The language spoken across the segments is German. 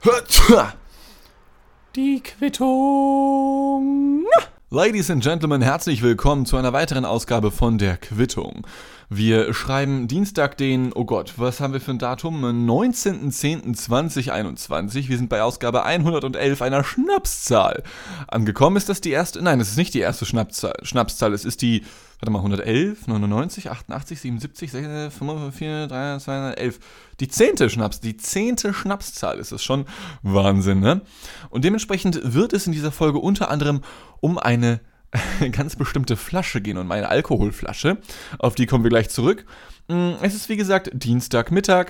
Die Quittung. Ladies and Gentlemen, herzlich willkommen zu einer weiteren Ausgabe von der Quittung. Wir schreiben Dienstag was haben wir für ein Datum? 19.10.2021. Wir sind bei Ausgabe 111 einer Schnapszahl. Angekommen ist das die erste, nein, es ist nicht die erste Schnapszahl, es ist die, 111, 99, 88, 77, 45, 3, 211. Die 10. Schnapszahl ist es schon. Wahnsinn, ne? Und dementsprechend wird es in dieser Folge unter anderem um eine ganz bestimmte Flasche gehen, um eine Alkoholflasche. Auf die kommen wir gleich zurück. Es ist wie gesagt Dienstagmittag,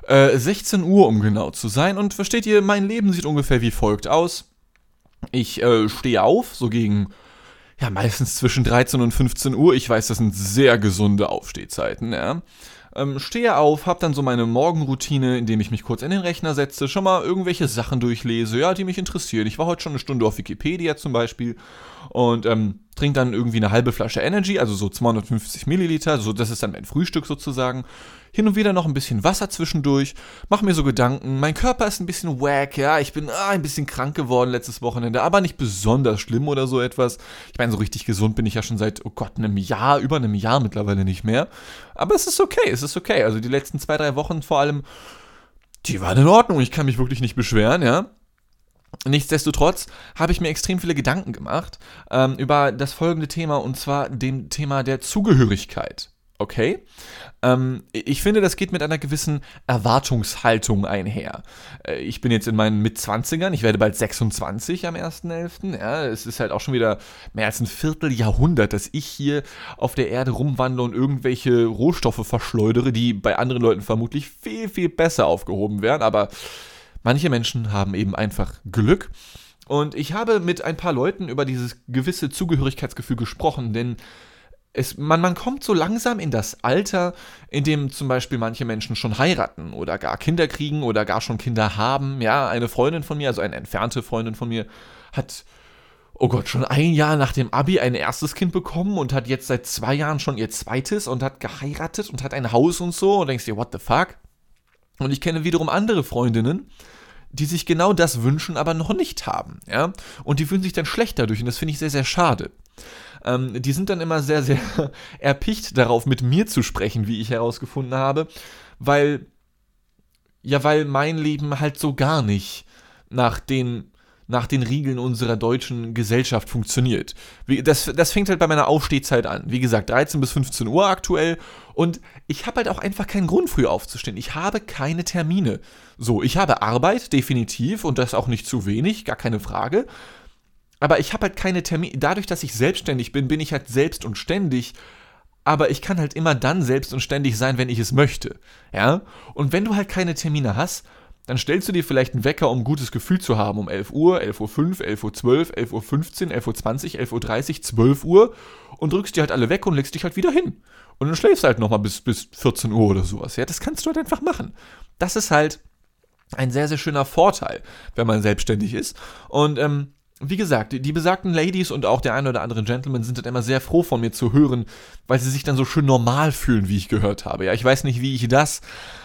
16 Uhr um genau zu sein. Und versteht ihr, mein Leben sieht ungefähr wie folgt aus. Ich stehe auf, so gegen... meistens zwischen 13 und 15 Uhr. Ich weiß, das sind sehr gesunde Aufstehzeiten, ja. Stehe auf, hab dann so meine Morgenroutine, indem ich mich kurz in den Rechner setze, schon mal irgendwelche Sachen durchlese, ja, die mich interessieren. Ich war heute schon eine Stunde auf Wikipedia zum Beispiel und trinke dann irgendwie eine halbe Flasche Energy, also so 250 Milliliter, so das ist dann mein Frühstück sozusagen. Hin und wieder noch ein bisschen Wasser zwischendurch, mache mir so Gedanken, mein Körper ist ein bisschen wack, ja, ich bin ein bisschen krank geworden letztes Wochenende, aber nicht besonders schlimm oder so etwas. Ich meine, so richtig gesund bin ich ja schon seit, über einem Jahr mittlerweile nicht mehr. Aber es ist okay. Also die letzten 2-3 Wochen vor allem, die waren in Ordnung, ich kann mich wirklich nicht beschweren, ja. Nichtsdestotrotz habe ich mir extrem viele Gedanken gemacht über das folgende Thema, und zwar dem Thema der Zugehörigkeit. Okay? Ich finde, das geht mit einer gewissen Erwartungshaltung einher. Ich bin jetzt in meinen Mitzwanzigern, ich werde bald 26 am 1.11. Ja, es ist halt auch schon wieder mehr als ein Vierteljahrhundert, dass ich hier auf der Erde rumwandle und irgendwelche Rohstoffe verschleudere, die bei anderen Leuten vermutlich viel, viel besser aufgehoben wären, aber manche Menschen haben eben einfach Glück. Und ich habe mit ein paar Leuten über dieses gewisse Zugehörigkeitsgefühl gesprochen, denn man kommt so langsam in das Alter, in dem zum Beispiel manche Menschen schon heiraten oder gar Kinder kriegen oder gar schon Kinder haben. Ja, eine Freundin von mir, also eine entfernte Freundin von mir, hat, schon ein Jahr nach dem Abi ein erstes Kind bekommen und hat jetzt seit 2 Jahren schon ihr zweites und hat geheiratet und hat ein Haus und so, und denkst dir, what the fuck? Und ich kenne wiederum andere Freundinnen, die sich genau das wünschen, aber noch nicht haben, ja, und die fühlen sich dann schlecht dadurch, und das finde ich sehr, sehr schade. Die sind dann immer sehr, sehr erpicht darauf, mit mir zu sprechen, wie ich herausgefunden habe, weil mein Leben halt so gar nicht nach den Riegeln unserer deutschen Gesellschaft funktioniert. Das fängt halt bei meiner Aufstehzeit an. Wie gesagt, 13 bis 15 Uhr aktuell, und ich habe halt auch einfach keinen Grund, früh aufzustehen. Ich habe keine Termine. So, ich habe Arbeit, definitiv, und das auch nicht zu wenig, gar keine Frage. Aber ich habe halt keine Termine. Dadurch, dass ich selbstständig bin, bin ich halt selbst und ständig. Aber ich kann halt immer dann selbst und ständig sein, wenn ich es möchte. Ja? Und wenn du halt keine Termine hast, dann stellst du dir vielleicht einen Wecker, um ein gutes Gefühl zu haben, um 11 Uhr, 11.05 Uhr, 11.12 Uhr, 11.15 Uhr, 11.20 Uhr, 11.30 Uhr, 12 Uhr, und drückst die halt alle weg und legst dich halt wieder hin. Und dann schläfst du halt nochmal bis 14 Uhr oder sowas. Ja, das kannst du halt einfach machen. Das ist halt ein sehr, sehr schöner Vorteil, wenn man selbstständig ist. Und wie gesagt, die besagten Ladies und auch der ein oder andere Gentleman sind dann immer sehr froh, von mir zu hören, weil sie sich dann so schön normal fühlen, wie ich gehört habe. Ja, ich weiß nicht, wie ich das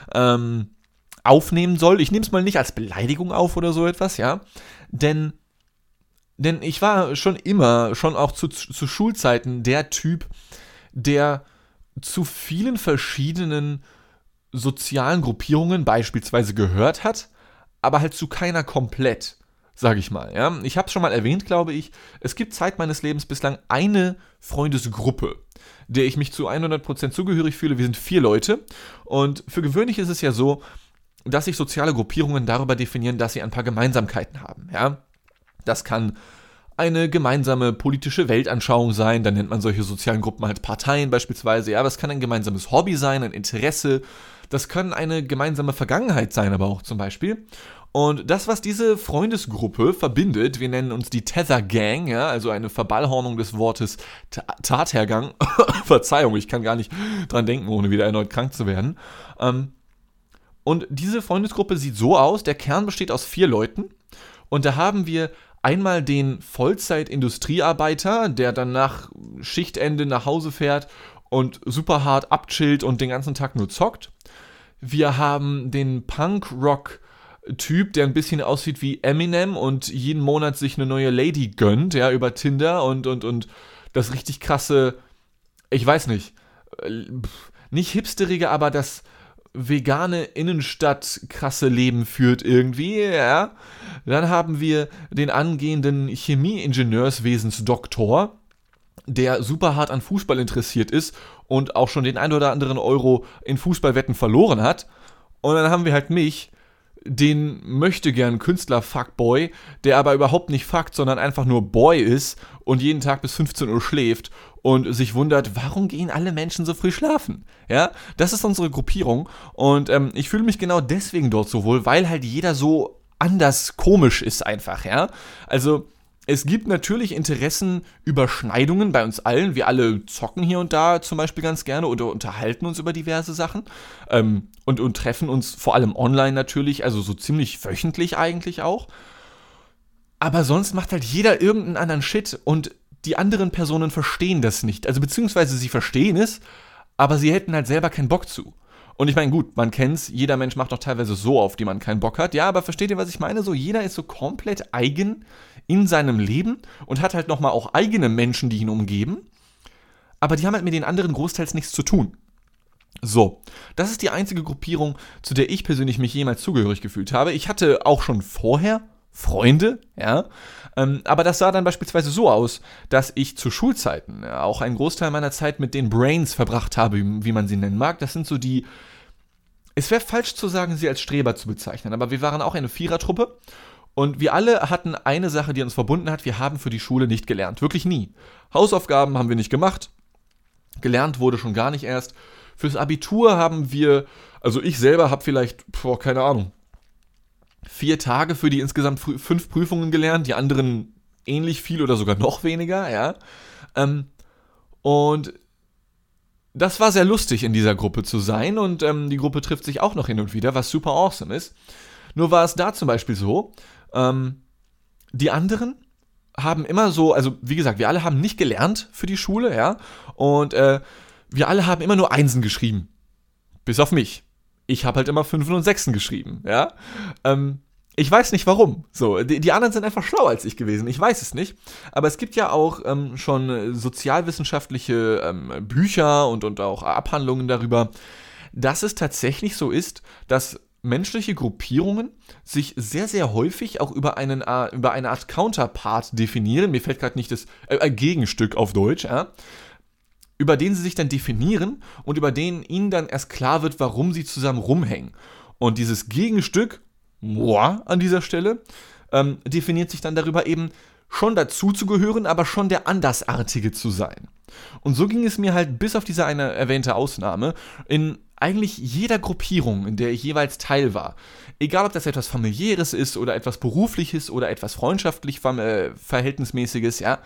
aufnehmen soll. Ich nehme es mal nicht als Beleidigung auf oder so etwas, ja. Denn ich war schon auch zu Schulzeiten, der Typ, der zu vielen verschiedenen sozialen Gruppierungen beispielsweise gehört hat, aber halt zu keiner komplett, sage ich mal. Ja? Ich habe es schon mal erwähnt, glaube ich, es gibt Zeit meines Lebens bislang eine Freundesgruppe, der ich mich zu 100% zugehörig fühle. Wir sind 4 Leute, und für gewöhnlich ist es ja so, dass sich soziale Gruppierungen darüber definieren, dass sie ein paar Gemeinsamkeiten haben. Ja? Das kann eine gemeinsame politische Weltanschauung sein, dann nennt man solche sozialen Gruppen halt Parteien beispielsweise, ja, aber es kann ein gemeinsames Hobby sein, ein Interesse, das kann eine gemeinsame Vergangenheit sein, aber auch zum Beispiel. Und das, was diese Freundesgruppe verbindet, wir nennen uns die Tether Gang, ja, also eine Verballhornung des Wortes Tathergang, Verzeihung, ich kann gar nicht dran denken, ohne wieder erneut krank zu werden. Und diese Freundesgruppe sieht so aus, der Kern besteht aus 4 Leuten, und da haben wir einmal den Vollzeit-Industriearbeiter, der dann nach Schichtende nach Hause fährt und super hart abchillt und den ganzen Tag nur zockt. Wir haben den Punk-Rock Typ, der ein bisschen aussieht wie Eminem und jeden Monat sich eine neue Lady gönnt, ja, über Tinder und das richtig krasse, ich weiß nicht, nicht hipsterige, aber das vegane Innenstadt krasse Leben führt irgendwie, ja. Dann haben wir den angehenden Chemieingenieurswesensdoktor, der super hart an Fußball interessiert ist und auch schon den ein oder anderen Euro in Fußballwetten verloren hat. Und dann haben wir halt mich, den möchte gern Künstler-Fuckboy, der aber überhaupt nicht fuckt, sondern einfach nur Boy ist und jeden Tag bis 15 Uhr schläft und sich wundert, warum gehen alle Menschen so früh schlafen? Ja, das ist unsere Gruppierung und ich fühle mich genau deswegen dort so wohl, weil halt jeder so anders komisch ist einfach, ja. Also es gibt natürlich Interessenüberschneidungen bei uns allen. Wir alle zocken hier und da zum Beispiel ganz gerne oder unterhalten uns über diverse Sachen und treffen uns vor allem online natürlich, also so ziemlich wöchentlich eigentlich auch. Aber sonst macht halt jeder irgendeinen anderen Shit und die anderen Personen verstehen das nicht. Also beziehungsweise sie verstehen es, aber sie hätten halt selber keinen Bock zu. Und ich meine, gut, man kennt's, jeder Mensch macht doch teilweise so, auf die man keinen Bock hat. Ja, aber versteht ihr, was ich meine? So, jeder ist so komplett eigen in seinem Leben und hat halt nochmal auch eigene Menschen, die ihn umgeben. Aber die haben halt mit den anderen großteils nichts zu tun. So, das ist die einzige Gruppierung, zu der ich persönlich mich jemals zugehörig gefühlt habe. Ich hatte auch schon vorher Freunde, ja, aber das sah dann beispielsweise so aus, dass ich zu Schulzeiten auch einen Großteil meiner Zeit mit den Brains verbracht habe, wie man sie nennen mag. Das sind so die, es wäre falsch zu sagen, sie als Streber zu bezeichnen, aber wir waren auch eine Vierertruppe und wir alle hatten eine Sache, die uns verbunden hat, wir haben für die Schule nicht gelernt, wirklich nie. Hausaufgaben haben wir nicht gemacht, gelernt wurde schon gar nicht erst. Fürs Abitur haben wir, also ich selber habe vielleicht, keine Ahnung, 4 Tage für die insgesamt 5 Prüfungen gelernt, die anderen ähnlich viel oder sogar noch weniger, ja. Und das war sehr lustig, in dieser Gruppe zu sein und die Gruppe trifft sich auch noch hin und wieder, was super awesome ist. Nur war es da zum Beispiel so, die anderen haben immer so, also wie gesagt, wir alle haben nicht gelernt für die Schule, ja, und wir alle haben immer nur Einsen geschrieben. Bis auf mich. Ich habe halt immer 5 und 6 geschrieben, ja. Ich weiß nicht warum. So, die anderen sind einfach schlauer als ich gewesen. Ich weiß es nicht. Aber es gibt ja auch schon sozialwissenschaftliche Bücher und auch Abhandlungen darüber, dass es tatsächlich so ist, dass menschliche Gruppierungen sich sehr, sehr häufig auch über eine Art Counterpart definieren. Mir fällt gerade nicht das Gegenstück auf Deutsch, ja. Über den sie sich dann definieren und über den ihnen dann erst klar wird, warum sie zusammen rumhängen. Und dieses Gegenstück, moi an dieser Stelle, definiert sich dann darüber eben schon dazu zu gehören, aber schon der Andersartige zu sein. Und so ging es mir halt bis auf diese eine erwähnte Ausnahme in eigentlich jeder Gruppierung, in der ich jeweils Teil war. Egal, ob das etwas Familiäres ist oder etwas Berufliches oder etwas freundschaftlich Verhältnismäßiges, ja,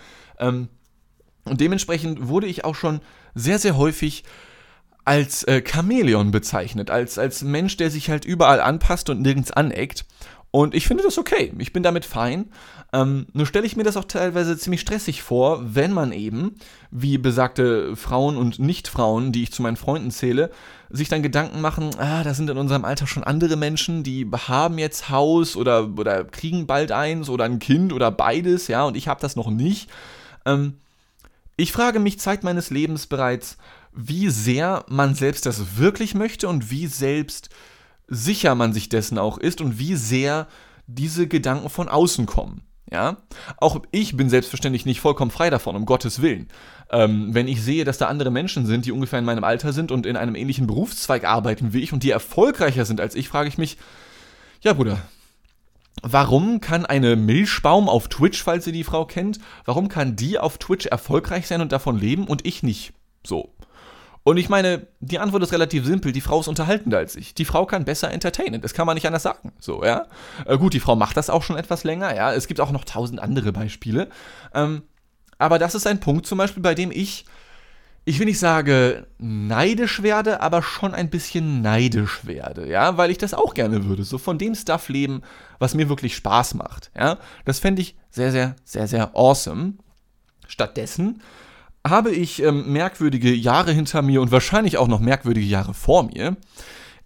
und dementsprechend wurde ich auch schon sehr, sehr häufig als Chamäleon bezeichnet, als Mensch, der sich halt überall anpasst und nirgends aneckt. Und ich finde das okay, ich bin damit fein. Nur stelle ich mir das auch teilweise ziemlich stressig vor, wenn man eben, wie besagte Frauen und Nicht-Frauen, die ich zu meinen Freunden zähle, sich dann Gedanken machen, da sind in unserem Alter schon andere Menschen, die haben jetzt Haus oder kriegen bald eins oder ein Kind oder beides, ja, und ich habe das noch nicht. Ich frage mich Zeit meines Lebens bereits, wie sehr man selbst das wirklich möchte und wie selbst sicher man sich dessen auch ist und wie sehr diese Gedanken von außen kommen. Ja? Auch ich bin selbstverständlich nicht vollkommen frei davon, um Gottes Willen. Wenn ich sehe, dass da andere Menschen sind, die ungefähr in meinem Alter sind und in einem ähnlichen Berufszweig arbeiten wie ich und die erfolgreicher sind als ich, frage ich mich, ja Bruder, warum kann eine Milchbaum auf Twitch, falls ihr die Frau kennt, warum kann die auf Twitch erfolgreich sein und davon leben und ich nicht? So. Und ich meine, die Antwort ist relativ simpel, die Frau ist unterhaltender als ich. Die Frau kann besser entertainen, das kann man nicht anders sagen. So, ja. Gut, die Frau macht das auch schon etwas länger, ja. Es gibt auch noch 1000 andere Beispiele. Aber das ist ein Punkt zum Beispiel, bei dem ich will nicht sagen neidisch werde, aber schon ein bisschen neidisch werde, ja, weil ich das auch gerne würde, so von dem Stuff leben, was mir wirklich Spaß macht, ja, das fände ich sehr, sehr, sehr, sehr awesome. Stattdessen habe ich merkwürdige Jahre hinter mir und wahrscheinlich auch noch merkwürdige Jahre vor mir,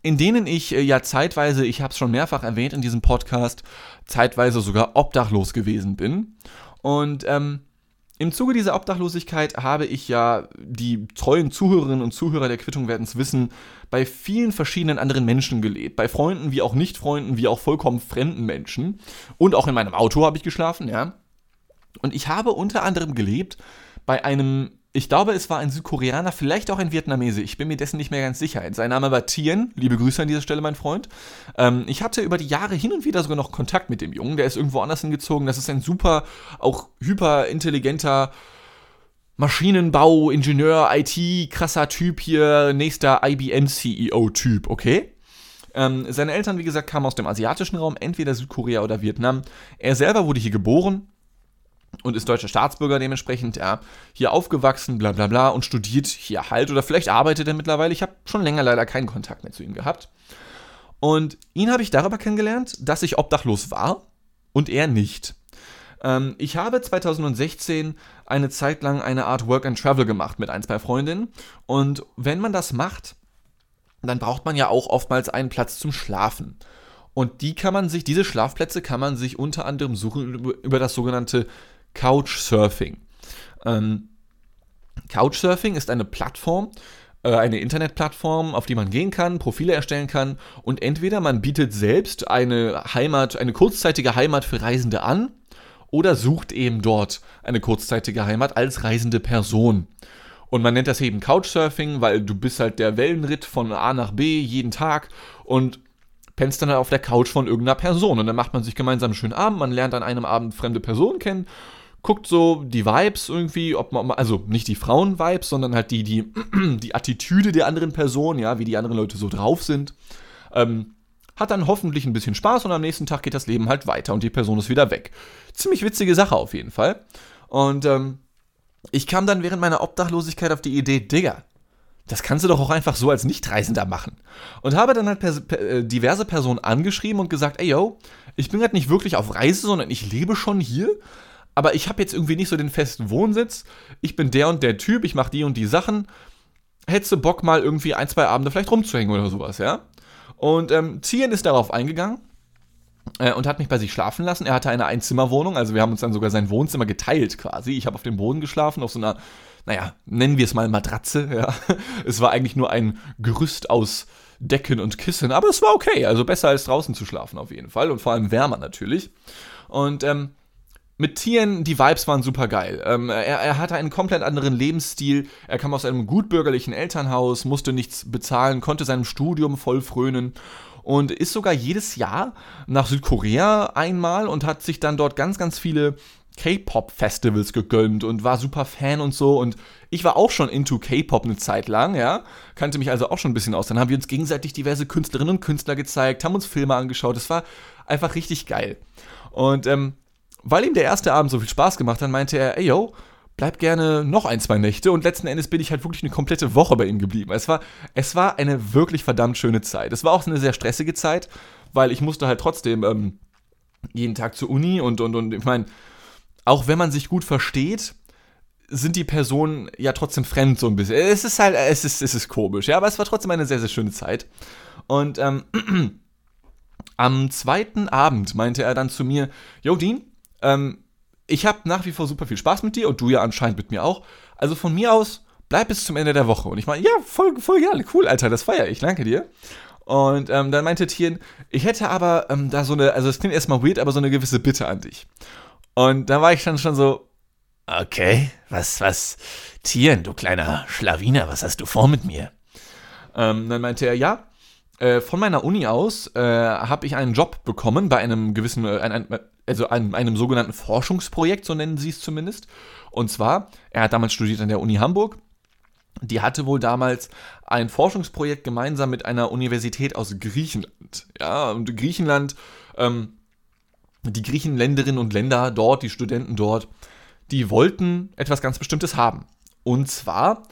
in denen ich ja zeitweise, ich habe es schon mehrfach erwähnt in diesem Podcast, zeitweise sogar obdachlos gewesen bin. Und im Zuge dieser Obdachlosigkeit habe ich ja, die treuen Zuhörerinnen und Zuhörer der Quittung werden es wissen, bei vielen verschiedenen anderen Menschen gelebt. Bei Freunden wie auch Nicht-Freunden, wie auch vollkommen fremden Menschen. Und auch in meinem Auto habe ich geschlafen, ja. Und ich habe unter anderem gelebt bei einem, ich glaube, es war ein Südkoreaner, vielleicht auch ein Vietnamese, ich bin mir dessen nicht mehr ganz sicher. Sein Name war Tien, liebe Grüße an dieser Stelle, mein Freund. Ich hatte über die Jahre hin und wieder sogar noch Kontakt mit dem Jungen, der ist irgendwo anders hingezogen. Das ist ein super, auch hyperintelligenter Maschinenbau, Ingenieur, IT, krasser Typ hier, nächster IBM-CEO-Typ, okay? Seine Eltern, wie gesagt, kamen aus dem asiatischen Raum, entweder Südkorea oder Vietnam. Er selber wurde hier geboren und ist deutscher Staatsbürger dementsprechend, ja, hier aufgewachsen, bla bla bla, und studiert hier halt, oder vielleicht arbeitet er mittlerweile, ich habe schon länger leider keinen Kontakt mehr zu ihm gehabt. Und ihn habe ich darüber kennengelernt, dass ich obdachlos war und er nicht. Ich habe 2016 eine Zeit lang eine Art Work and Travel gemacht mit ein, zwei Freundinnen, und wenn man das macht, dann braucht man ja auch oftmals einen Platz zum Schlafen. Und diese Schlafplätze kann man sich unter anderem suchen über das sogenannte Couchsurfing. Couchsurfing ist eine Plattform, eine Internetplattform, auf die man gehen kann, Profile erstellen kann, und entweder man bietet selbst eine kurzzeitige Heimat für Reisende an oder sucht eben dort eine kurzzeitige Heimat als reisende Person. Und man nennt das eben Couchsurfing, weil du bist halt der Wellenritt von A nach B jeden Tag und pennst dann halt auf der Couch von irgendeiner Person. Und dann macht man sich gemeinsam einen schönen Abend, man lernt an einem Abend fremde Personen kennen, guckt so die Vibes irgendwie, also nicht die Frauen-Vibes, sondern halt die Attitüde der anderen Person, ja, wie die anderen Leute so drauf sind. Hat dann hoffentlich ein bisschen Spaß und am nächsten Tag geht das Leben halt weiter und die Person ist wieder weg. Ziemlich witzige Sache auf jeden Fall. Und ich kam dann während meiner Obdachlosigkeit auf die Idee, Digga, das kannst du doch auch einfach so als Nichtreisender machen. Und habe dann halt diverse Personen angeschrieben und gesagt, ey yo, ich bin halt nicht wirklich auf Reise, sondern ich lebe schon hier, aber ich habe jetzt irgendwie nicht so den festen Wohnsitz. Ich bin der und der Typ, ich mache die und die Sachen. Hättest du Bock, mal irgendwie ein, zwei Abende vielleicht rumzuhängen oder sowas, ja? Und Tien ist darauf eingegangen und hat mich bei sich schlafen lassen. Er hatte eine Einzimmerwohnung, also wir haben uns dann sogar sein Wohnzimmer geteilt quasi. Ich habe auf dem Boden geschlafen, auf so einer, naja, nennen wir es mal Matratze, ja. Es war eigentlich nur ein Gerüst aus Decken und Kissen, aber es war okay, also besser als draußen zu schlafen auf jeden Fall und vor allem wärmer natürlich. Und mit Tien, die Vibes waren super geil. Er hatte einen komplett anderen Lebensstil. Er kam aus einem gutbürgerlichen Elternhaus, musste nichts bezahlen, konnte seinem Studium voll frönen und ist sogar jedes Jahr nach Südkorea einmal und hat sich dann dort ganz, ganz viele K-Pop-Festivals gegönnt und war super Fan und so. Und ich war auch schon into K-Pop eine Zeit lang, ja. Kannte mich also auch schon ein bisschen aus. Dann haben wir uns gegenseitig diverse Künstlerinnen und Künstler gezeigt, haben uns Filme angeschaut. Es war einfach richtig geil. Und weil ihm der erste Abend so viel Spaß gemacht hat, meinte er, ey yo, bleib gerne noch ein, zwei Nächte. Und letzten Endes bin ich halt wirklich eine komplette Woche bei ihm geblieben. Es war eine wirklich verdammt schöne Zeit. Es war auch eine sehr stressige Zeit, weil ich musste halt trotzdem jeden Tag zur Uni und ich meine, auch wenn man sich gut versteht, sind die Personen ja trotzdem fremd so ein bisschen. Es ist komisch, ja, aber es war trotzdem eine sehr, sehr schöne Zeit. Und am zweiten Abend meinte er dann zu mir, yo Dean, ich habe nach wie vor super viel Spaß mit dir und du ja anscheinend mit mir auch. Also von mir aus, bleib bis zum Ende der Woche. Und ich meine, ja, voll gerne, cool, Alter, das feiere ich, danke dir. Und dann meinte Tien, ich hätte aber da so eine, also es klingt erstmal weird, aber so eine gewisse Bitte an dich. Und da war ich dann schon so, okay, was, Tien, du kleiner Schlawiner, was hast du vor mit mir? Dann meinte er, ja, von meiner Uni aus habe ich einen Job bekommen bei einem gewissen, einem sogenannten Forschungsprojekt, so nennen sie es zumindest. Und zwar, er hat damals studiert an der Uni Hamburg. Die hatte wohl damals ein Forschungsprojekt gemeinsam mit einer Universität aus Griechenland. Ja, und Griechenland, die Griechenländerinnen und Länder dort, die Studenten dort, die wollten etwas ganz Bestimmtes haben. Und zwar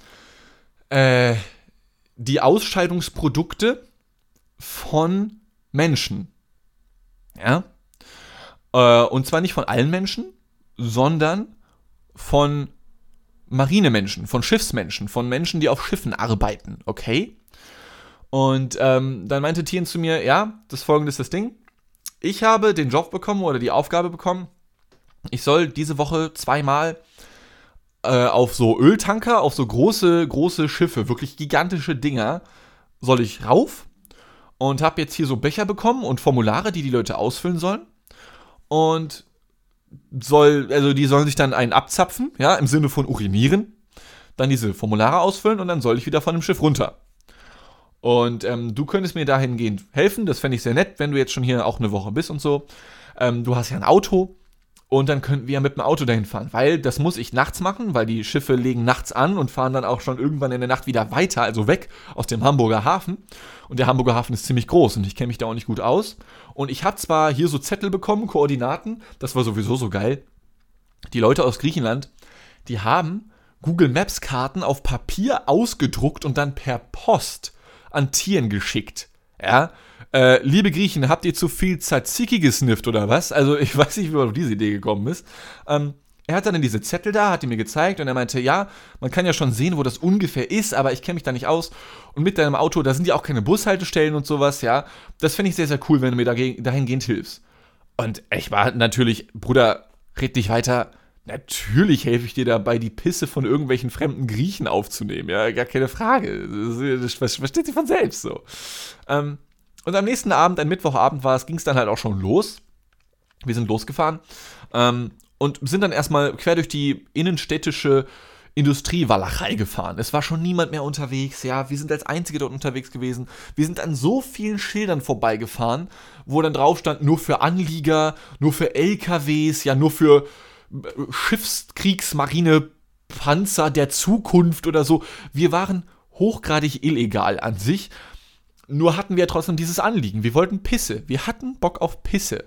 die Ausscheidungsprodukte von Menschen. Ja? Und zwar nicht von allen Menschen, sondern von Marinemenschen, von Schiffsmenschen, von Menschen, die auf Schiffen arbeiten, okay? Und dann meinte Tien zu mir, ja, folgende ist das Ding. Ich habe den Job bekommen oder die Aufgabe bekommen, ich soll diese Woche 2-mal auf so Öltanker, auf so große Schiffe, wirklich gigantische Dinger, soll ich rauf und habe jetzt hier so Becher bekommen und Formulare, die Leute ausfüllen sollen. Und die sollen sich dann einen abzapfen, ja, im Sinne von urinieren, dann diese Formulare ausfüllen und dann soll ich wieder von dem Schiff runter. Und du könntest mir dahingehend helfen, das fände ich sehr nett, wenn du jetzt schon hier auch eine Woche bist und so. Du hast ja ein Auto und dann könnten wir ja mit dem Auto dahin fahren, weil das muss ich nachts machen, weil die Schiffe legen nachts an und fahren dann auch schon irgendwann in der Nacht wieder weiter, also weg aus dem Hamburger Hafen. Und der Hamburger Hafen ist ziemlich groß und ich kenne mich da auch nicht gut aus. Und ich habe zwar hier so Zettel bekommen, Koordinaten, das war sowieso so geil. Die Leute aus Griechenland, die haben Google Maps Karten auf Papier ausgedruckt und dann per Post an Tieren geschickt. Ja, liebe Griechen, habt ihr zu viel Tzatziki gesnifft oder was? Also ich weiß nicht, wie man auf diese Idee gekommen ist. Er hat dann diese Zettel da, hat die mir gezeigt und er meinte, ja, man kann ja schon sehen, wo das ungefähr ist, aber ich kenne mich da nicht aus. Und mit deinem Auto, da sind ja auch keine Bushaltestellen und sowas, ja. Das finde ich sehr, sehr cool, wenn du mir dahingehend hilfst. Und ich war natürlich, Bruder, red dich weiter. Natürlich helfe ich dir dabei, die Pisse von irgendwelchen fremden Griechen aufzunehmen. Ja, gar keine Frage. Das versteht sich von selbst so. Und am nächsten Abend, ein Mittwochabend war es, ging es dann halt auch schon los. Wir sind losgefahren und sind dann erstmal quer durch die innenstädtische Industriewalachei gefahren. Es war schon niemand mehr unterwegs, ja, wir sind als Einzige dort unterwegs gewesen. Wir sind an so vielen Schildern vorbeigefahren, wo dann drauf stand, nur für Anlieger, nur für LKWs, ja, nur für Schiffskriegsmarine Panzer der Zukunft oder so. Wir waren hochgradig illegal an sich, nur hatten wir trotzdem dieses Anliegen. Wir wollten Pisse. Wir hatten Bock auf Pisse.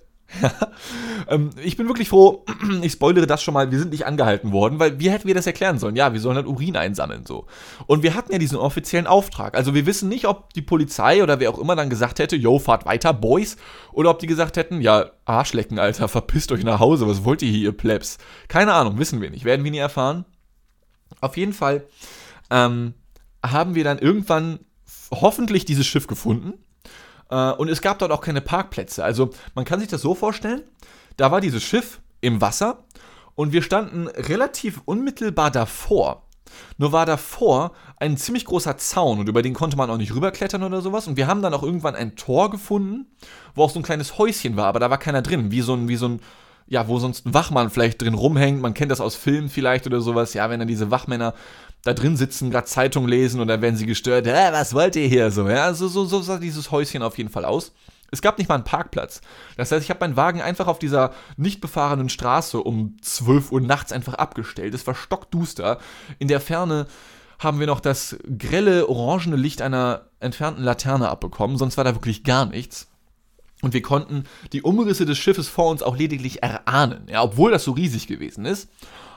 Ich bin wirklich froh, ich spoilere das schon mal, wir sind nicht angehalten worden, weil wie hätten wir das erklären sollen? Ja, wir sollen halt Urin einsammeln, so. Und wir hatten ja diesen offiziellen Auftrag. Also wir wissen nicht, ob die Polizei oder wer auch immer dann gesagt hätte, yo, fahrt weiter, Boys, oder ob die gesagt hätten, ja, Arschlecken, Alter, verpisst euch nach Hause, was wollt ihr hier, ihr Plebs? Keine Ahnung, wissen wir nicht, werden wir nie erfahren. Auf jeden Fall haben wir dann irgendwann hoffentlich dieses Schiff gefunden. Und es gab dort auch keine Parkplätze. Also man kann sich das so vorstellen, da war dieses Schiff im Wasser und wir standen relativ unmittelbar davor. Nur war davor ein ziemlich großer Zaun und über den konnte man auch nicht rüberklettern oder sowas. Und wir haben dann auch irgendwann ein Tor gefunden, wo auch so ein kleines Häuschen war, aber da war keiner drin. Wie so ein ja, wo sonst ein Wachmann vielleicht drin rumhängt. Man kennt das aus Filmen vielleicht oder sowas. Ja, wenn dann diese Wachmänner da drin sitzen, gerade Zeitung lesen und dann werden sie gestört. Was wollt ihr hier so? Ja, so sah dieses Häuschen auf jeden Fall aus. Es gab nicht mal einen Parkplatz. Das heißt, ich habe meinen Wagen einfach auf dieser nicht befahrenen Straße um 12 Uhr nachts einfach abgestellt. Es war stockduster. In der Ferne haben wir noch das grelle, orangene Licht einer entfernten Laterne abbekommen. Sonst war da wirklich gar nichts. Und wir konnten die Umrisse des Schiffes vor uns auch lediglich erahnen. Ja, obwohl das so riesig gewesen ist.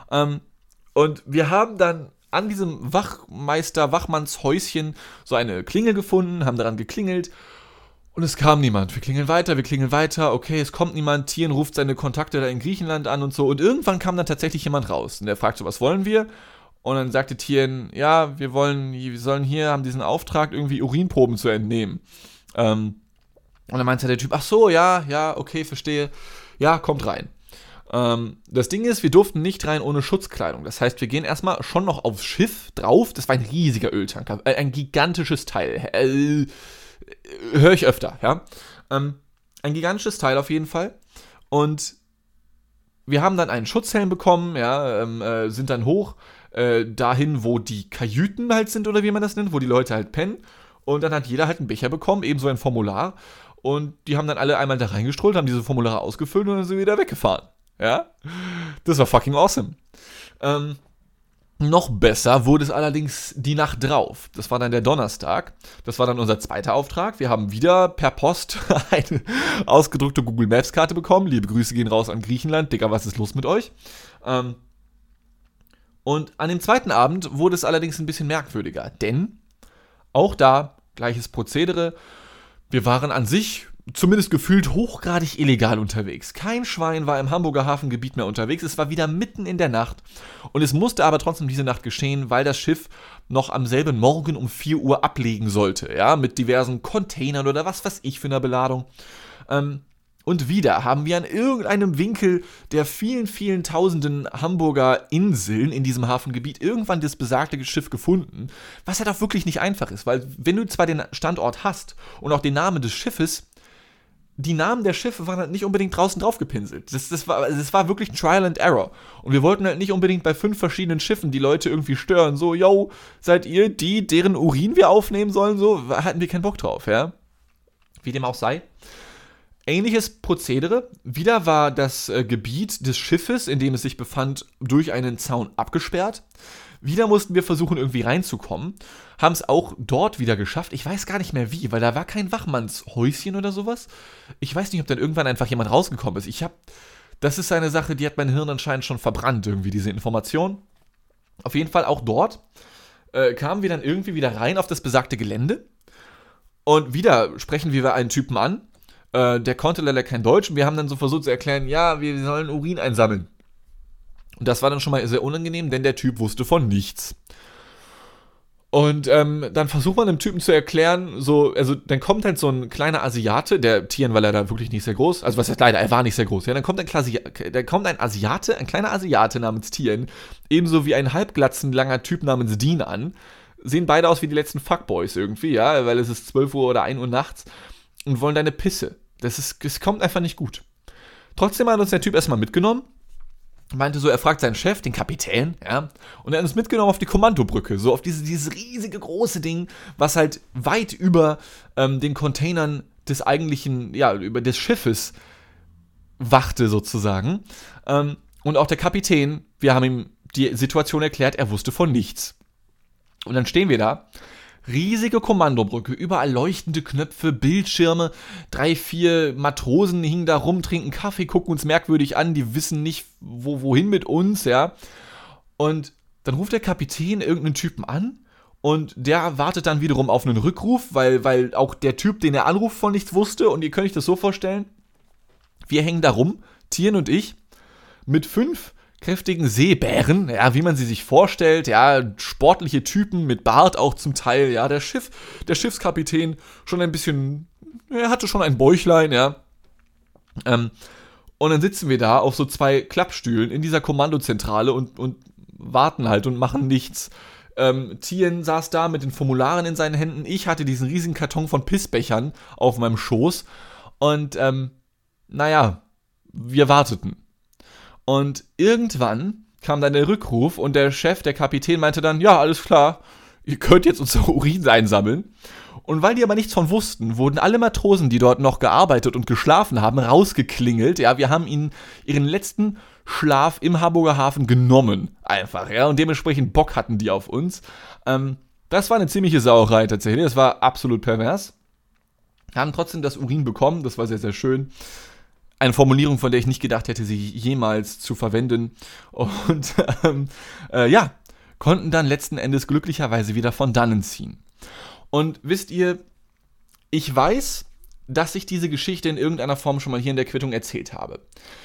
Und wir haben dann an diesem Wachmannshäuschen so eine Klingel gefunden, haben daran geklingelt und es kam niemand. Wir klingeln weiter, okay, es kommt niemand, Tien ruft seine Kontakte da in Griechenland an und so und irgendwann kam dann tatsächlich jemand raus und der fragt so, was wollen wir? Und dann sagte Tien, ja, wir sollen hier, haben diesen Auftrag, irgendwie Urinproben zu entnehmen. Und dann meinte der Typ, ach so, ja, okay, verstehe, ja, kommt rein. Das Ding ist, wir durften nicht rein ohne Schutzkleidung. Das heißt, wir gehen erstmal schon noch aufs Schiff drauf. Das war ein riesiger Öltanker, ein gigantisches Teil. Höre ich öfter, ja. Ein gigantisches Teil auf jeden Fall. Und wir haben dann einen Schutzhelm bekommen, ja, sind dann hoch dahin, wo die Kajüten halt sind oder wie man das nennt, wo die Leute halt pennen. Und dann hat jeder halt einen Becher bekommen, ebenso ein Formular. Und die haben dann alle einmal da reingestrollt, haben diese Formulare ausgefüllt und dann sind wir wieder weggefahren. Ja, das war fucking awesome. Noch besser wurde es allerdings die Nacht drauf. Das war dann der Donnerstag. Das war dann unser zweiter Auftrag. Wir haben wieder per Post eine ausgedruckte Google Maps Karte bekommen. Liebe Grüße gehen raus an Griechenland. Digga, was ist los mit euch? Und an dem zweiten Abend wurde es allerdings ein bisschen merkwürdiger. Denn auch da, gleiches Prozedere. Wir waren an sich zumindest gefühlt hochgradig illegal unterwegs. Kein Schwein war im Hamburger Hafengebiet mehr unterwegs. Es war wieder mitten in der Nacht. Und es musste aber trotzdem diese Nacht geschehen, weil das Schiff noch am selben Morgen um 4 Uhr ablegen sollte. Ja, mit diversen Containern oder was weiß ich für eine Beladung. Und wieder haben wir an irgendeinem Winkel der vielen, vielen tausenden Hamburger Inseln in diesem Hafengebiet irgendwann das besagte Schiff gefunden, was halt auch wirklich nicht einfach ist, weil wenn du zwar den Standort hast und auch den Namen des Schiffes, die Namen der Schiffe waren halt nicht unbedingt draußen drauf gepinselt. Das war wirklich Trial and Error. Und wir wollten halt nicht unbedingt bei 5 verschiedenen Schiffen die Leute irgendwie stören, so, yo, seid ihr die, deren Urin wir aufnehmen sollen, so, hatten wir keinen Bock drauf, ja. Wie dem auch sei. Ähnliches Prozedere. Wieder war das Gebiet des Schiffes, in dem es sich befand, durch einen Zaun abgesperrt. Wieder mussten wir versuchen, irgendwie reinzukommen. Haben es auch dort wieder geschafft. Ich weiß gar nicht mehr wie, weil da war kein Wachmannshäuschen oder sowas. Ich weiß nicht, ob dann irgendwann einfach jemand rausgekommen ist. Das ist eine Sache, die hat mein Hirn anscheinend schon verbrannt, irgendwie, diese Information. Auf jeden Fall auch dort kamen wir dann irgendwie wieder rein auf das besagte Gelände. Und wieder sprechen wir einen Typen an. Der konnte leider kein Deutsch und wir haben dann so versucht zu erklären, ja, wir sollen Urin einsammeln. Und das war dann schon mal sehr unangenehm, denn der Typ wusste von nichts. Und dann versucht man dem Typen zu erklären, also dann kommt halt so ein kleiner Asiate, der Tieren war leider wirklich nicht sehr groß, also was heißt leider, er war nicht sehr groß, ja, dann kommt ein Asiate, ein kleiner Asiate namens Tieren, ebenso wie ein halbglatzen langer Typ namens Dean an, sehen beide aus wie die letzten Fuckboys irgendwie, ja, weil es ist 12 Uhr oder 1 Uhr nachts und wollen deine Pisse. Das kommt einfach nicht gut. Trotzdem hat uns der Typ erstmal mitgenommen, meinte so, er fragt seinen Chef, den Kapitän, ja, und er hat uns mitgenommen auf die Kommandobrücke, so auf dieses riesige große Ding, was halt weit über den Containern des eigentlichen, ja, über des Schiffes wachte sozusagen. Und auch der Kapitän, wir haben ihm die Situation erklärt, er wusste von nichts. Und dann stehen wir da, riesige Kommandobrücke, überall leuchtende Knöpfe, Bildschirme, 3, 4 Matrosen hingen da rum, trinken Kaffee, gucken uns merkwürdig an, die wissen nicht, wohin mit uns, ja. Und dann ruft der Kapitän irgendeinen Typen an und der wartet dann wiederum auf einen Rückruf, weil auch der Typ, den er anruft, von nichts wusste. Und ihr könnt euch das so vorstellen, wir hängen da rum, Tieren und ich, mit 5 kräftigen Seebären, ja, wie man sie sich vorstellt, ja, sportliche Typen mit Bart auch zum Teil, ja, der Schiffskapitän schon ein bisschen, er hatte schon ein Bäuchlein, ja, und dann sitzen wir da auf so 2 Klappstühlen in dieser Kommandozentrale und warten halt und machen nichts. Tien saß da mit den Formularen in seinen Händen, ich hatte diesen riesigen Karton von Pissbechern auf meinem Schoß und, naja, wir warteten. Und irgendwann kam dann der Rückruf und der Chef, der Kapitän, meinte dann, ja, alles klar, ihr könnt jetzt unser Urin einsammeln. Und weil die aber nichts von wussten, wurden alle Matrosen, die dort noch gearbeitet und geschlafen haben, rausgeklingelt. Ja, wir haben ihnen ihren letzten Schlaf im Hamburger Hafen genommen. Einfach, ja, und dementsprechend Bock hatten die auf uns. Das war eine ziemliche Sauerei tatsächlich, das war absolut pervers. Haben trotzdem das Urin bekommen, das war sehr, sehr schön. Eine Formulierung, von der ich nicht gedacht hätte, sie jemals zu verwenden. Und ja, konnten dann letzten Endes glücklicherweise wieder von dannen ziehen. Und wisst ihr, ich weiß, dass ich diese Geschichte in irgendeiner Form schon mal hier in der Quittung erzählt habe.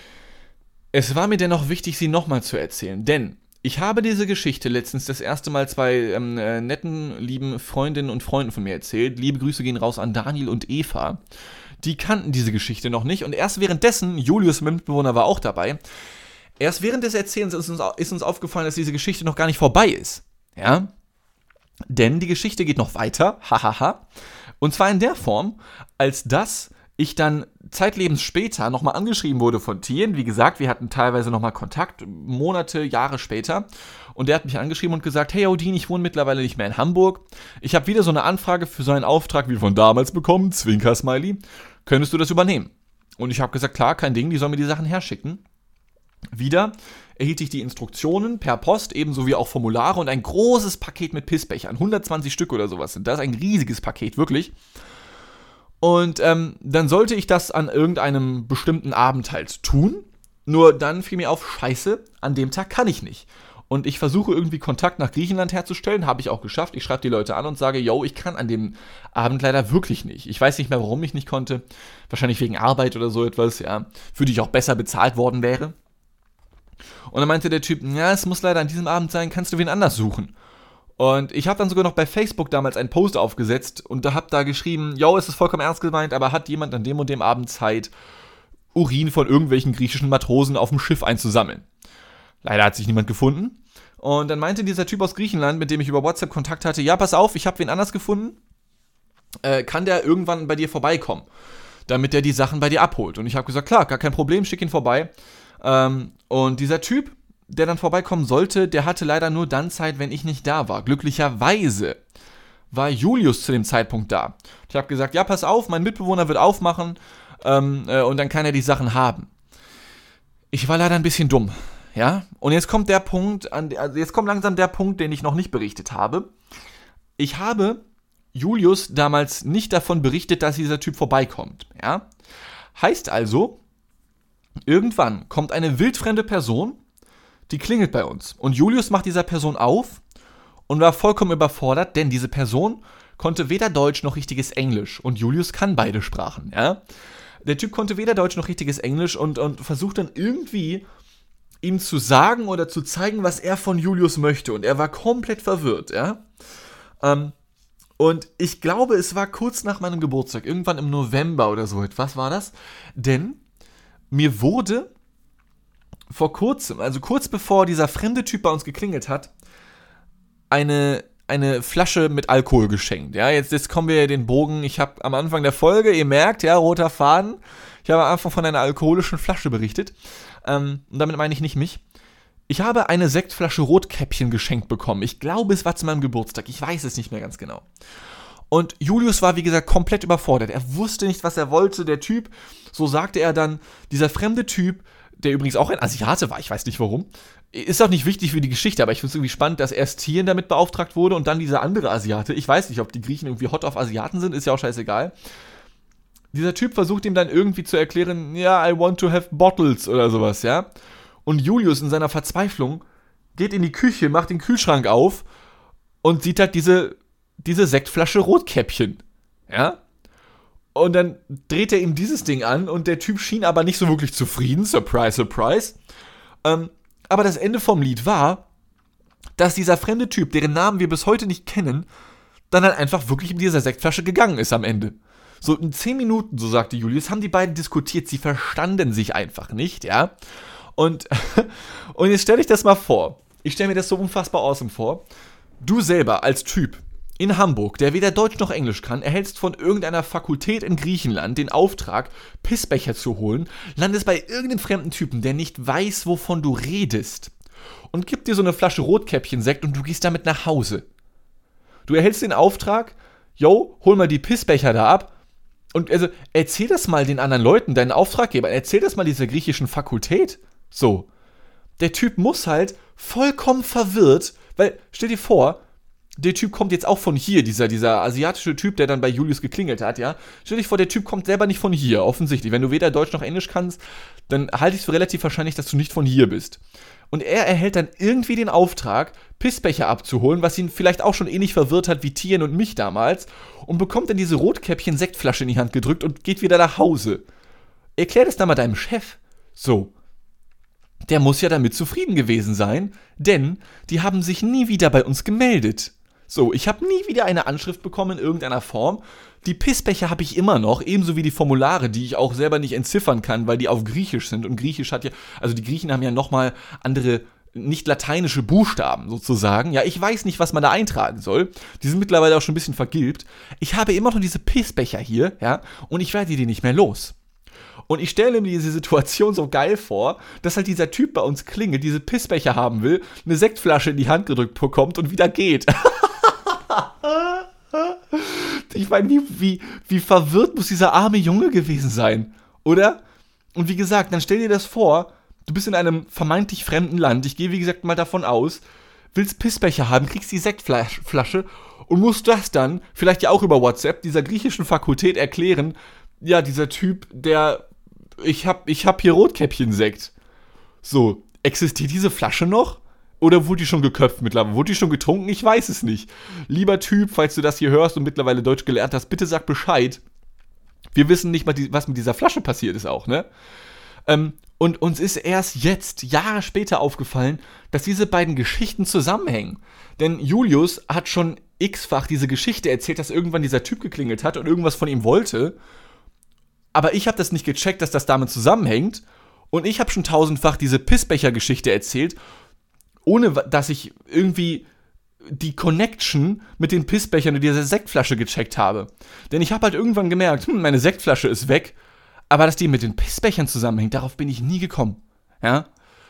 Es war mir dennoch wichtig, sie nochmal zu erzählen, denn ich habe diese Geschichte letztens das erste Mal 2 netten, lieben Freundinnen und Freunden von mir erzählt. Liebe Grüße gehen raus an Daniel und Eva. Die kannten diese Geschichte noch nicht und erst währenddessen, Julius, mein Mitbewohner, war auch dabei, erst während des Erzählens ist uns aufgefallen, dass diese Geschichte noch gar nicht vorbei ist. Ja? Denn die Geschichte geht noch weiter, hahaha, und zwar in der Form, als dass ich dann zeitlebens später nochmal angeschrieben wurde von Tien. Wie gesagt, wir hatten teilweise nochmal Kontakt, Monate, Jahre später. Und der hat mich angeschrieben und gesagt, hey Odin, ich wohne mittlerweile nicht mehr in Hamburg. Ich habe wieder so eine Anfrage für so einen Auftrag wie von damals bekommen, Zwinker-Smiley. Könntest du das übernehmen? Und ich habe gesagt, klar, kein Ding, die sollen mir die Sachen herschicken. Wieder erhielt ich die Instruktionen per Post, ebenso wie auch Formulare und ein großes Paket mit Pissbechern. 120 Stück oder sowas sind das, ein riesiges Paket, wirklich. Und dann sollte ich das an irgendeinem bestimmten Abend halt tun. Nur dann fiel mir auf, scheiße, an dem Tag kann ich nicht. und ich versuche irgendwie Kontakt nach Griechenland herzustellen, habe ich auch geschafft. Ich schreibe die Leute an und sage, yo, ich kann an dem Abend leider wirklich nicht. Ich weiß nicht mehr, warum ich nicht konnte. Wahrscheinlich wegen Arbeit oder so etwas, ja. Für die ich auch besser bezahlt worden wäre. Und dann meinte der Typ, ja, es muss leider an diesem Abend sein, kannst du wen anders suchen? Und ich habe dann sogar noch bei Facebook damals einen Post aufgesetzt und habe da geschrieben, yo, es ist vollkommen ernst gemeint, aber hat jemand an dem und dem Abend Zeit, Urin von irgendwelchen griechischen Matrosen auf dem Schiff einzusammeln? Leider hat sich niemand gefunden. Und dann meinte dieser Typ aus Griechenland, mit dem ich über WhatsApp Kontakt hatte, ja, pass auf, ich habe wen anders gefunden, kann der irgendwann bei dir vorbeikommen, damit der die Sachen bei dir abholt. Und ich habe gesagt, klar, gar kein Problem, schick ihn vorbei. Und dieser Typ, der dann vorbeikommen sollte, der hatte leider nur dann Zeit, wenn ich nicht da war. Glücklicherweise war Julius zu dem Zeitpunkt da. Ich habe gesagt, ja, pass auf, mein Mitbewohner wird aufmachen und dann kann er die Sachen haben. Ich war leider ein bisschen dumm. Ja, und jetzt kommt der Punkt, jetzt kommt langsam der Punkt, den ich noch nicht berichtet habe. Ich habe Julius damals nicht davon berichtet, dass dieser Typ vorbeikommt. Ja, heißt also, irgendwann kommt eine wildfremde Person, die klingelt bei uns. Und Julius macht dieser Person auf und war vollkommen überfordert, denn diese Person konnte weder Deutsch noch richtiges Englisch. Und Julius kann beide Sprachen. Ja, der Typ konnte weder Deutsch noch richtiges Englisch und versucht dann irgendwie ihm zu sagen oder zu zeigen, was er von Julius möchte. Und er war komplett verwirrt, ja. Und ich glaube, es war kurz nach meinem Geburtstag, irgendwann im November oder so etwas war das. Denn mir wurde vor kurzem, also kurz bevor dieser fremde Typ bei uns geklingelt hat, eine Flasche mit Alkohol geschenkt. Ja, jetzt kommen wir den Bogen. Ich habe am Anfang der Folge, ihr merkt, ja, roter Faden. Ich habe am Anfang von einer alkoholischen Flasche berichtet. Und damit meine ich nicht mich. Ich habe eine Sektflasche Rotkäppchen geschenkt bekommen. Ich glaube, es war zu meinem Geburtstag. Ich weiß es nicht mehr ganz genau. Und Julius war, wie gesagt, komplett überfordert. Er wusste nicht, was er wollte. Der Typ, so sagte er dann, dieser fremde Typ, der übrigens auch ein Asiate war, ich weiß nicht warum, ist auch nicht wichtig für die Geschichte, aber ich finde es irgendwie spannend, dass erst Tien damit beauftragt wurde und dann dieser andere Asiate. Ich weiß nicht, ob die Griechen irgendwie hot auf Asiaten sind, ist ja auch scheißegal. Dieser Typ versucht ihm dann irgendwie zu erklären, ja, I want to have bottles oder sowas, ja. Und Julius in seiner Verzweiflung geht in die Küche, macht den Kühlschrank auf und sieht halt diese Sektflasche Rotkäppchen, ja. Und dann dreht er ihm dieses Ding an und der Typ schien aber nicht so wirklich zufrieden, surprise, surprise. Aber das Ende vom Lied war, dass dieser fremde Typ, deren Namen wir bis heute nicht kennen, dann halt einfach wirklich mit dieser Sektflasche gegangen ist am Ende. So in 10 Minuten, so sagte Julius, haben die beiden diskutiert, sie verstanden sich einfach nicht, ja. Und jetzt stell dich das mal vor. Ich stelle mir das so unfassbar awesome vor. Du selber als Typ in Hamburg, der weder Deutsch noch Englisch kann, erhältst von irgendeiner Fakultät in Griechenland den Auftrag, Pissbecher zu holen, landest bei irgendeinem fremden Typen, der nicht weiß, wovon du redest, und gibt dir so eine Flasche Rotkäppchen-Sekt und du gehst damit nach Hause. Du erhältst den Auftrag, yo, hol mal die Pissbecher da ab. Und also, erzähl das mal den anderen Leuten, deinen Auftraggebern, erzähl das mal dieser griechischen Fakultät. So. Der Typ muss halt vollkommen verwirrt, weil, stell dir vor, der Typ kommt jetzt auch von hier, dieser asiatische Typ, der dann bei Julius geklingelt hat, ja. Stell dir vor, der Typ kommt selber nicht von hier, offensichtlich. Wenn du weder Deutsch noch Englisch kannst, dann halte ich es für relativ wahrscheinlich, dass du nicht von hier bist. Und er erhält dann irgendwie den Auftrag, Pissbecher abzuholen, was ihn vielleicht auch schon ähnlich verwirrt hat wie Tien und mich damals, und bekommt dann diese Rotkäppchen-Sektflasche in die Hand gedrückt und geht wieder nach Hause. Erklär das dann mal deinem Chef. So. Der muss ja damit zufrieden gewesen sein, denn die haben sich nie wieder bei uns gemeldet. So, ich habe nie wieder eine Anschrift bekommen in irgendeiner Form. Die Pissbecher habe ich immer noch, ebenso wie die Formulare, die ich auch selber nicht entziffern kann, weil die auf Griechisch sind. Und Griechisch hat ja, also die Griechen haben ja nochmal andere, nicht lateinische Buchstaben sozusagen. Ja, ich weiß nicht, was man da eintragen soll. Die sind mittlerweile auch schon ein bisschen vergilbt. Ich habe immer noch diese Pissbecher hier, ja, und ich werde die nicht mehr los. Und ich stelle mir diese Situation so geil vor, dass halt dieser Typ bei uns klingelt, diese Pissbecher haben will, eine Sektflasche in die Hand gedrückt bekommt und wieder geht. Ich meine, wie verwirrt muss dieser arme Junge gewesen sein, oder? Und wie gesagt, dann stell dir das vor, du bist in einem vermeintlich fremden Land, ich gehe wie gesagt mal davon aus, willst Pissbecher haben, kriegst die Sektflasche und musst das dann, vielleicht ja auch über WhatsApp, dieser griechischen Fakultät erklären, ja, dieser Typ, ich hab hier Rotkäppchen-Sekt. So, existiert diese Flasche noch? Oder wurde die schon geköpft mittlerweile? Wurde die schon getrunken? Ich weiß es nicht. Lieber Typ, falls du das hier hörst und mittlerweile Deutsch gelernt hast, bitte sag Bescheid. Wir wissen nicht mal, was mit dieser Flasche passiert ist auch, ne? Und uns ist erst jetzt, Jahre später, aufgefallen, dass diese beiden Geschichten zusammenhängen. Denn Julius hat schon x-fach diese Geschichte erzählt, dass irgendwann dieser Typ geklingelt hat und irgendwas von ihm wollte. Aber ich habe das nicht gecheckt, dass das damit zusammenhängt. Und ich habe schon tausendfach diese Pissbecher-Geschichte erzählt, ohne dass ich irgendwie die Connection mit den Pissbechern und dieser Sektflasche gecheckt habe. Denn ich habe halt irgendwann gemerkt, meine Sektflasche ist weg, aber dass die mit den Pissbechern zusammenhängt, darauf bin ich nie gekommen. Ja?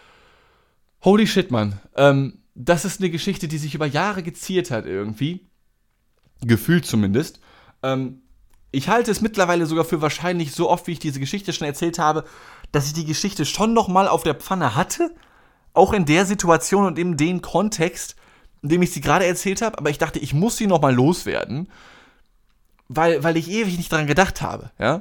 Holy shit, Mann. Das ist eine Geschichte, die sich über Jahre geziert hat irgendwie. Gefühlt zumindest. Ich halte es mittlerweile sogar für wahrscheinlich, so oft wie ich diese Geschichte schon erzählt habe, dass ich die Geschichte schon nochmal auf der Pfanne hatte. Auch in der Situation und in dem Kontext, in dem ich sie gerade erzählt habe. Aber ich dachte, ich muss sie nochmal loswerden, weil ich ewig nicht dran gedacht habe. Ja?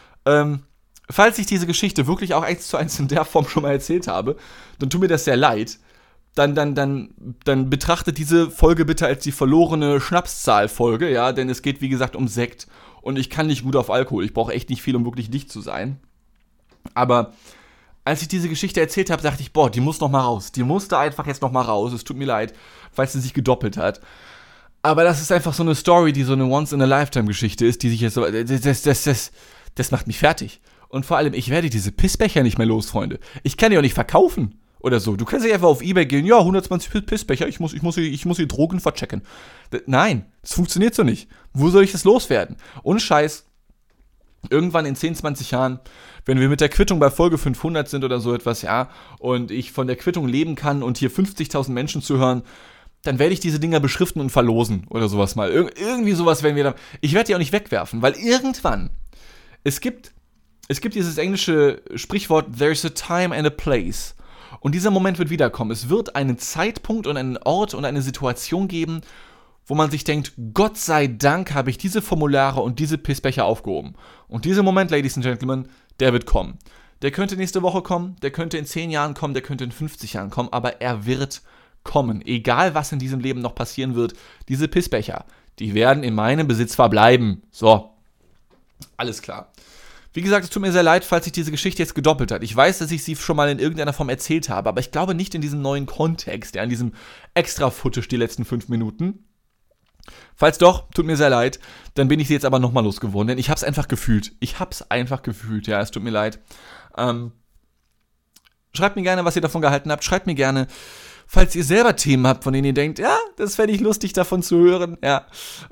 Falls ich diese Geschichte wirklich auch 1:1 in der Form schon mal erzählt habe, dann tut mir das sehr leid. Dann betrachtet diese Folge bitte als die verlorene Schnapszahl-Folge, ja, denn es geht, wie gesagt, um Sekt und ich kann nicht gut auf Alkohol. Ich brauche echt nicht viel, um wirklich dicht zu sein. Aber als ich diese Geschichte erzählt habe, dachte ich, boah, die muss noch mal raus. Die musste einfach jetzt noch mal raus. Es tut mir leid, falls sie sich gedoppelt hat. Aber das ist einfach so eine Story, die so eine Once-in-a-Lifetime-Geschichte ist, die sich jetzt so... Das macht mich fertig. Und vor allem, ich werde diese Pissbecher nicht mehr los, Freunde. Ich kann die auch nicht verkaufen oder so. Du kannst nicht einfach auf Ebay gehen, ja, 120 Pissbecher, ich muss die Drogen verchecken. Nein, das funktioniert so nicht. Wo soll ich das loswerden? Ohne Scheiß. Irgendwann in 10, 20 Jahren, wenn wir mit der Quittung bei Folge 500 sind oder so etwas, ja, und ich von der Quittung leben kann und hier 50.000 Menschen zuhören, dann werde ich diese Dinger beschriften und verlosen oder sowas mal. Irgendwie sowas werden wir dann... Ich werde die auch nicht wegwerfen, weil irgendwann... Es gibt dieses englische Sprichwort, there's a time and a place. Und dieser Moment wird wiederkommen. Es wird einen Zeitpunkt und einen Ort und eine Situation geben, wo man sich denkt, Gott sei Dank habe ich diese Formulare und diese Pissbecher aufgehoben. Und dieser Moment, Ladies and Gentlemen, der wird kommen. Der könnte nächste Woche kommen, der könnte in 10 Jahren kommen, der könnte in 50 Jahren kommen, aber er wird kommen. Egal, was in diesem Leben noch passieren wird, diese Pissbecher, die werden in meinem Besitz verbleiben. So, alles klar. Wie gesagt, es tut mir sehr leid, falls sich diese Geschichte jetzt gedoppelt hat. Ich weiß, dass ich sie schon mal in irgendeiner Form erzählt habe, aber ich glaube nicht in diesem neuen Kontext, ja, in diesem Extra-Footage die letzten 5 Minuten. Falls doch, tut mir sehr leid, dann bin ich sie jetzt aber nochmal losgeworden, denn ich hab's einfach gefühlt. Ja, es tut mir leid. Schreibt mir gerne, was ihr davon gehalten habt. Schreibt mir gerne, falls ihr selber Themen habt, von denen ihr denkt, ja, das fände ich lustig, davon zu hören. Ja.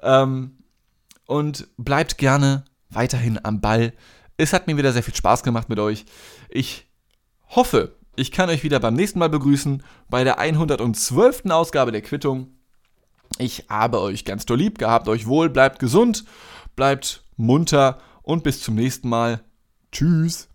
Und bleibt gerne weiterhin am Ball. Es hat mir wieder sehr viel Spaß gemacht mit euch. Ich hoffe, ich kann euch wieder beim nächsten Mal begrüßen bei der 112. Ausgabe der Quittung. Ich habe euch ganz doll lieb, gehabt euch wohl, bleibt gesund, bleibt munter und bis zum nächsten Mal. Tschüss.